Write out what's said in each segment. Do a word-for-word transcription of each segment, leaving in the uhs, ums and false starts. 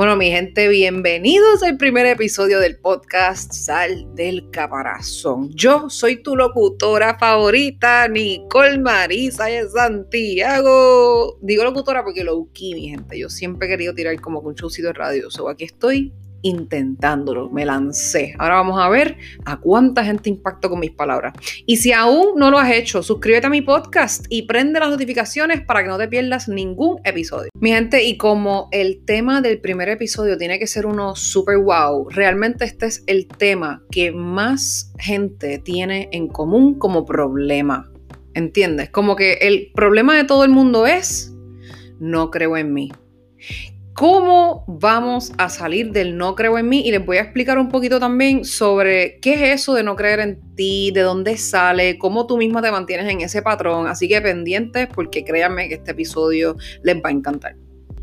Bueno, mi gente, bienvenidos al primer episodio del podcast Sal del Caparazón. Yo soy tu locutora favorita, Nicole Marisa de Santiago. Digo locutora porque lo busqué, mi gente. Yo siempre he querido tirar como un showcito de radio. So, aquí estoy intentándolo, me lancé. Ahora vamos a ver a cuánta gente impacto con mis palabras. Y si aún no lo has hecho, suscríbete a mi podcast y prende las notificaciones para que no te pierdas ningún episodio. Mi gente, y como el tema del primer episodio tiene que ser uno super wow, realmente este es el tema que más gente tiene en común como problema. ¿Entiendes? Como que el problema de todo el mundo es: no creo en mí. ¿Cómo vamos a salir del no creo en mí? Y les voy a explicar un poquito también sobre qué es eso de no creer en ti, de dónde sale, cómo tú misma te mantienes en ese patrón. Así que pendientes, porque créanme que este episodio les va a encantar.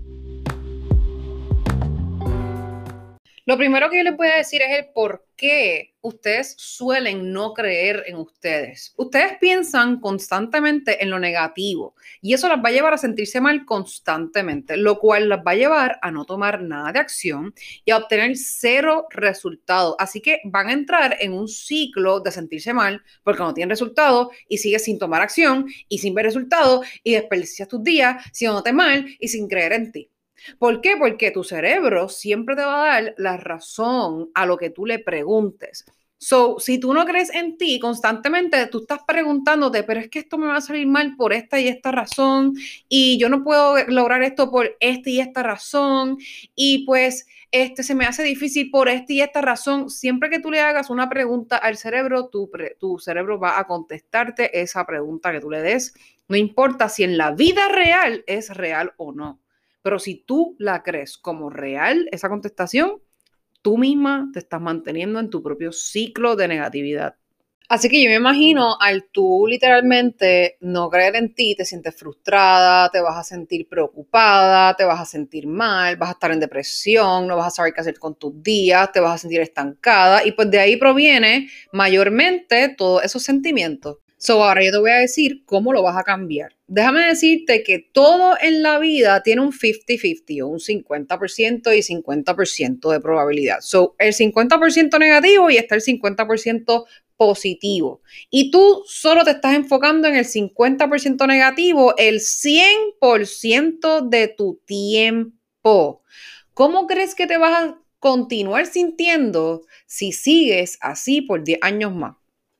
Lo primero que yo les voy a decir es el por qué ustedes suelen no creer en ustedes. Ustedes piensan constantemente en lo negativo y eso las va a llevar a sentirse mal constantemente, lo cual las va a llevar a no tomar nada de acción y a obtener cero resultados. Así que van a entrar en un ciclo de sentirse mal porque no tienen resultados y sigues sin tomar acción y sin ver resultados y desperdicias tus días sintiéndote mal y sin creer en ti. ¿Por qué? Porque tu cerebro siempre te va a dar la razón a lo que tú le preguntes. So, si tú no crees en ti, constantemente tú estás preguntándote, pero es que esto me va a salir mal por esta y esta razón, y yo no puedo lograr esto por esta y esta razón, y pues este se me hace difícil por esta y esta razón. Siempre que tú le hagas una pregunta al cerebro, tu, tu cerebro va a contestarte esa pregunta que tú le des. No importa si en la vida real es real o no. Pero si tú la crees como real, esa contestación, tú misma te estás manteniendo en tu propio ciclo de negatividad. Así que yo me imagino al tú literalmente no creer en ti, te sientes frustrada, te vas a sentir preocupada, te vas a sentir mal, vas a estar en depresión, no vas a saber qué hacer con tus días, te vas a sentir estancada y pues de ahí proviene mayormente todos esos sentimientos. So, ahora yo te voy a decir cómo lo vas a cambiar. Déjame decirte que todo en la vida tiene un cincuenta cincuenta o un cincuenta por ciento y cincuenta por ciento de probabilidad. So, el cincuenta por ciento negativo y está el cincuenta por ciento positivo. Y tú solo te estás enfocando en el cincuenta por ciento negativo el cien por ciento de tu tiempo. ¿Cómo crees que te vas a continuar sintiendo si sigues así por diez años más?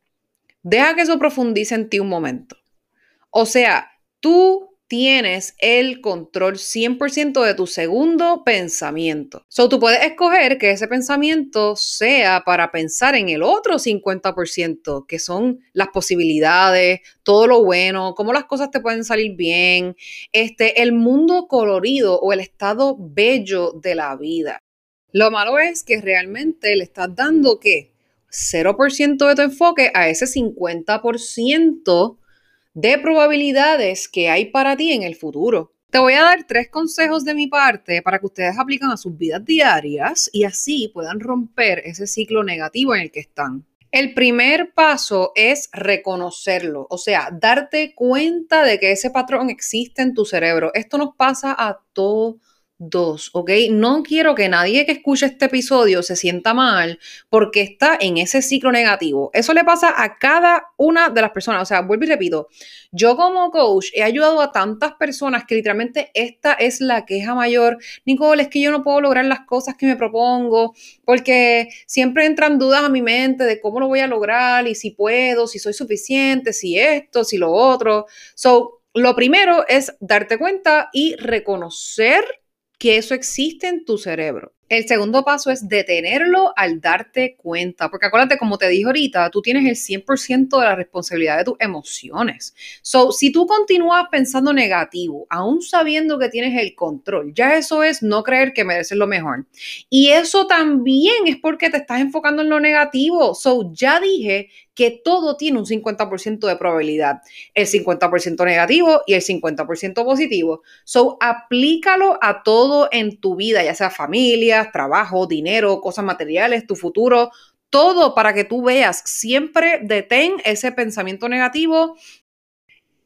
Deja que eso profundice en ti un momento. O sea, tú tienes el control cien por ciento de tu segundo pensamiento. So, tú puedes escoger que ese pensamiento sea para pensar en el otro cincuenta por ciento, que son las posibilidades, todo lo bueno, cómo las cosas te pueden salir bien, este, el mundo colorido o el estado bello de la vida. Lo malo es que realmente le estás dando, ¿qué? cero por ciento de tu enfoque a ese cincuenta por ciento de probabilidades que hay para ti en el futuro. Te voy a dar tres consejos de mi parte para que ustedes apliquen a sus vidas diarias y así puedan romper ese ciclo negativo en el que están. El primer paso es reconocerlo, o sea, darte cuenta de que ese patrón existe en tu cerebro. Esto nos pasa a todos. Dos, ¿ok? No quiero que nadie que escuche este episodio se sienta mal porque está en ese ciclo negativo. Eso le pasa a cada una de las personas. O sea, vuelvo y repito, yo como coach he ayudado a tantas personas que literalmente esta es la queja mayor. Nicole, es que yo no puedo lograr las cosas que me propongo porque siempre entran dudas a mi mente de cómo lo voy a lograr y si puedo, si soy suficiente, si esto, si lo otro. So, lo primero es darte cuenta y reconocer que eso existe en tu cerebro. El segundo paso es detenerlo al darte cuenta, porque acuérdate, como te dije ahorita, tú tienes el cien por ciento de la responsabilidad de tus emociones. So, si tú continúas pensando negativo, aún sabiendo que tienes el control, ya eso es no creer que mereces lo mejor. Y eso también es porque te estás enfocando en lo negativo. So, ya dije que todo tiene un cincuenta por ciento de probabilidad, el cincuenta por ciento negativo y el cincuenta por ciento positivo. So, aplícalo a todo en tu vida, ya sea familia, trabajo, dinero, cosas materiales, tu futuro, todo para que tú veas. Siempre detén ese pensamiento negativo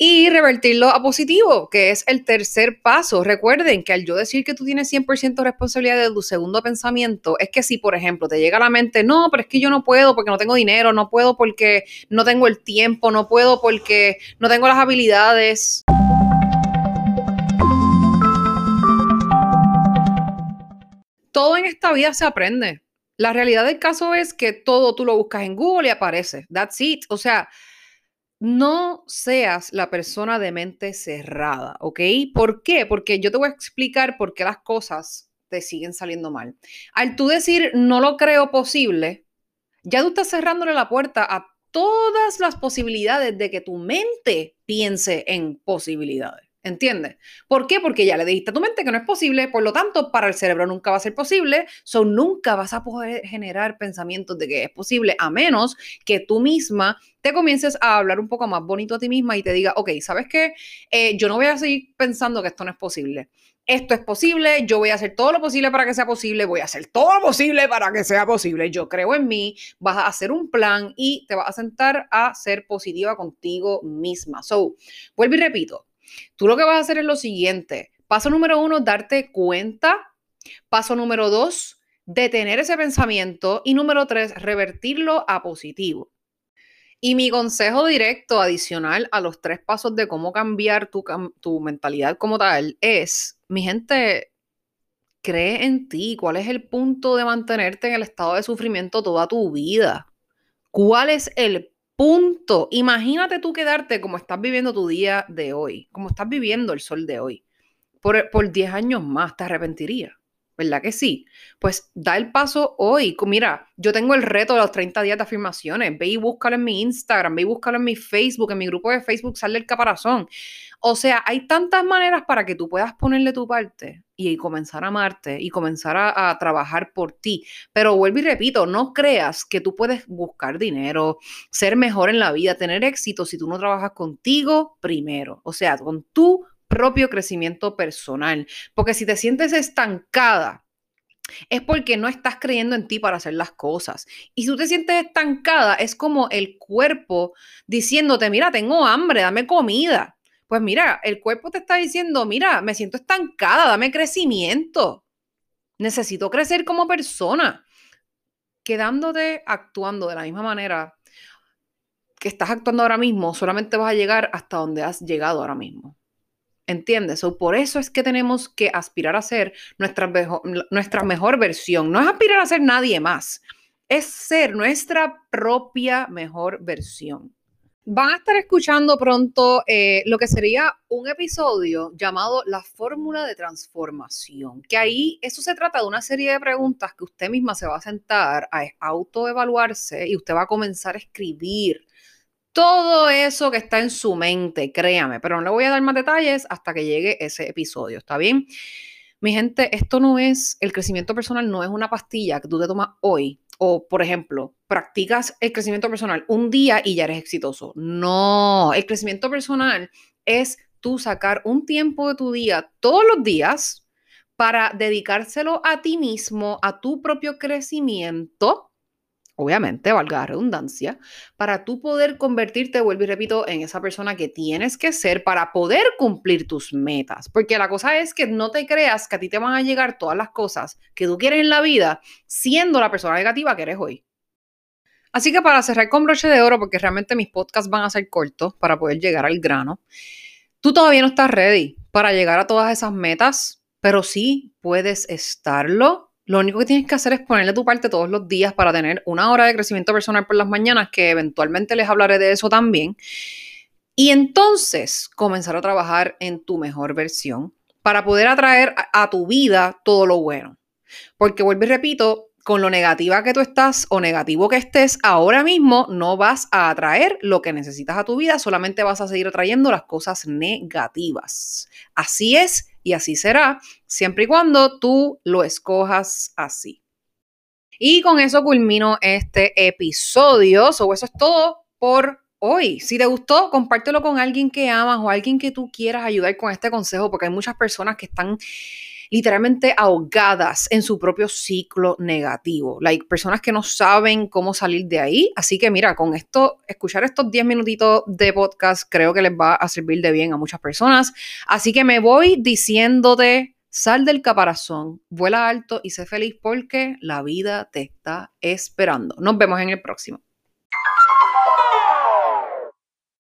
y revertirlo a positivo, que es el tercer paso. Recuerden que al yo decir que tú tienes cien por ciento responsabilidad de tu segundo pensamiento, es que si, por ejemplo, te llega a la mente, no, pero es que yo no puedo porque no tengo dinero, no puedo porque no tengo el tiempo, no puedo porque no tengo las habilidades. Todo en esta vida se aprende. La realidad del caso es que todo tú lo buscas en Google y aparece. That's it. O sea, no seas la persona de mente cerrada, ¿ok? ¿Por qué? Porque yo te voy a explicar por qué las cosas te siguen saliendo mal. Al tú decir no lo creo posible, ya tú estás cerrándole la puerta a todas las posibilidades de que tu mente piense en posibilidades. ¿Entiendes? ¿Por qué? Porque ya le dijiste a tu mente que no es posible, por lo tanto, para el cerebro nunca va a ser posible, so nunca vas a poder generar pensamientos de que es posible, a menos que tú misma te comiences a hablar un poco más bonito a ti misma y te diga, ok, ¿sabes qué? Eh, yo no voy a seguir pensando que esto no es posible. Esto es posible, yo voy a hacer todo lo posible para que sea posible, voy a hacer todo lo posible para que sea posible, yo creo en mí, vas a hacer un plan y te vas a sentar a ser positiva contigo misma. So, vuelvo y repito, tú lo que vas a hacer es lo siguiente. Paso número uno, darte cuenta. Paso número dos, detener ese pensamiento. Y número tres, revertirlo a positivo. Y mi consejo directo adicional a los tres pasos de cómo cambiar tu, tu mentalidad como tal es, mi gente, cree en ti. ¿Cuál es el punto de mantenerte en el estado de sufrimiento toda tu vida? ¿Cuál es el punto? Imagínate tú quedarte como estás viviendo tu día de hoy, como estás viviendo el sol de hoy, por, por diez años más, ¿te arrepentirías? ¿Verdad que sí? Pues da el paso hoy. Mira, yo tengo el reto de los treinta días de afirmaciones. Ve y búscalo en mi Instagram, ve y búscalo en mi Facebook, en mi grupo de Facebook, sale el caparazón. O sea, hay tantas maneras para que tú puedas ponerle tu parte y comenzar a amarte y comenzar a, a trabajar por ti. Pero vuelvo y repito, no creas que tú puedes buscar dinero, ser mejor en la vida, tener éxito si tú no trabajas contigo primero. O sea, con tu propio crecimiento personal. Porque si te sientes estancada, es porque no estás creyendo en ti para hacer las cosas. Y si tú te sientes estancada, es como el cuerpo diciéndote, mira, tengo hambre, dame comida. Pues mira, el cuerpo te está diciendo, mira, me siento estancada, dame crecimiento. Necesito crecer como persona. Quedándote actuando de la misma manera que estás actuando ahora mismo, solamente vas a llegar hasta donde has llegado ahora mismo. ¿Entiendes? O por eso es que tenemos que aspirar a ser nuestra mejor, nuestra mejor versión. No es aspirar a ser nadie más, es ser nuestra propia mejor versión. Van a estar escuchando pronto eh, lo que sería un episodio llamado La Fórmula de Transformación, que ahí eso se trata de una serie de preguntas que usted misma se va a sentar a autoevaluarse y usted va a comenzar a escribir todo eso que está en su mente, créame, pero no le voy a dar más detalles hasta que llegue ese episodio, ¿está bien? Mi gente, esto no es, el crecimiento personal no es una pastilla que tú te tomas hoy o, por ejemplo, practicas el crecimiento personal un día y ya eres exitoso. No, el crecimiento personal es tú sacar un tiempo de tu día todos los días para dedicárselo a ti mismo, a tu propio crecimiento. Obviamente, valga la redundancia, para tú poder convertirte, vuelvo y repito, en esa persona que tienes que ser para poder cumplir tus metas. Porque la cosa es que no te creas que a ti te van a llegar todas las cosas que tú quieres en la vida siendo la persona negativa que eres hoy. Así que para cerrar con broche de oro, porque realmente mis podcasts van a ser cortos para poder llegar al grano, tú todavía no estás ready para llegar a todas esas metas, pero sí puedes estarlo. Lo único que tienes que hacer es ponerle tu parte todos los días para tener una hora de crecimiento personal por las mañanas, que eventualmente les hablaré de eso también. Y entonces comenzar a trabajar en tu mejor versión para poder atraer a, a tu vida todo lo bueno. Porque vuelvo y repito, con lo negativa que tú estás o negativo que estés, ahora mismo no vas a atraer lo que necesitas a tu vida, solamente vas a seguir atrayendo las cosas negativas. Así es y así será, siempre y cuando tú lo escojas así. Y con eso culmino este episodio. So, eso es todo por hoy. Si te gustó, compártelo con alguien que amas o alguien que tú quieras ayudar con este consejo, porque hay muchas personas que están literalmente ahogadas en su propio ciclo negativo. Like, personas que no saben cómo salir de ahí. Así que mira, con esto, escuchar estos diez minutitos de podcast creo que les va a servir de bien a muchas personas. Así que me voy diciéndote, sal del caparazón, vuela alto y sé feliz porque la vida te está esperando. Nos vemos en el próximo.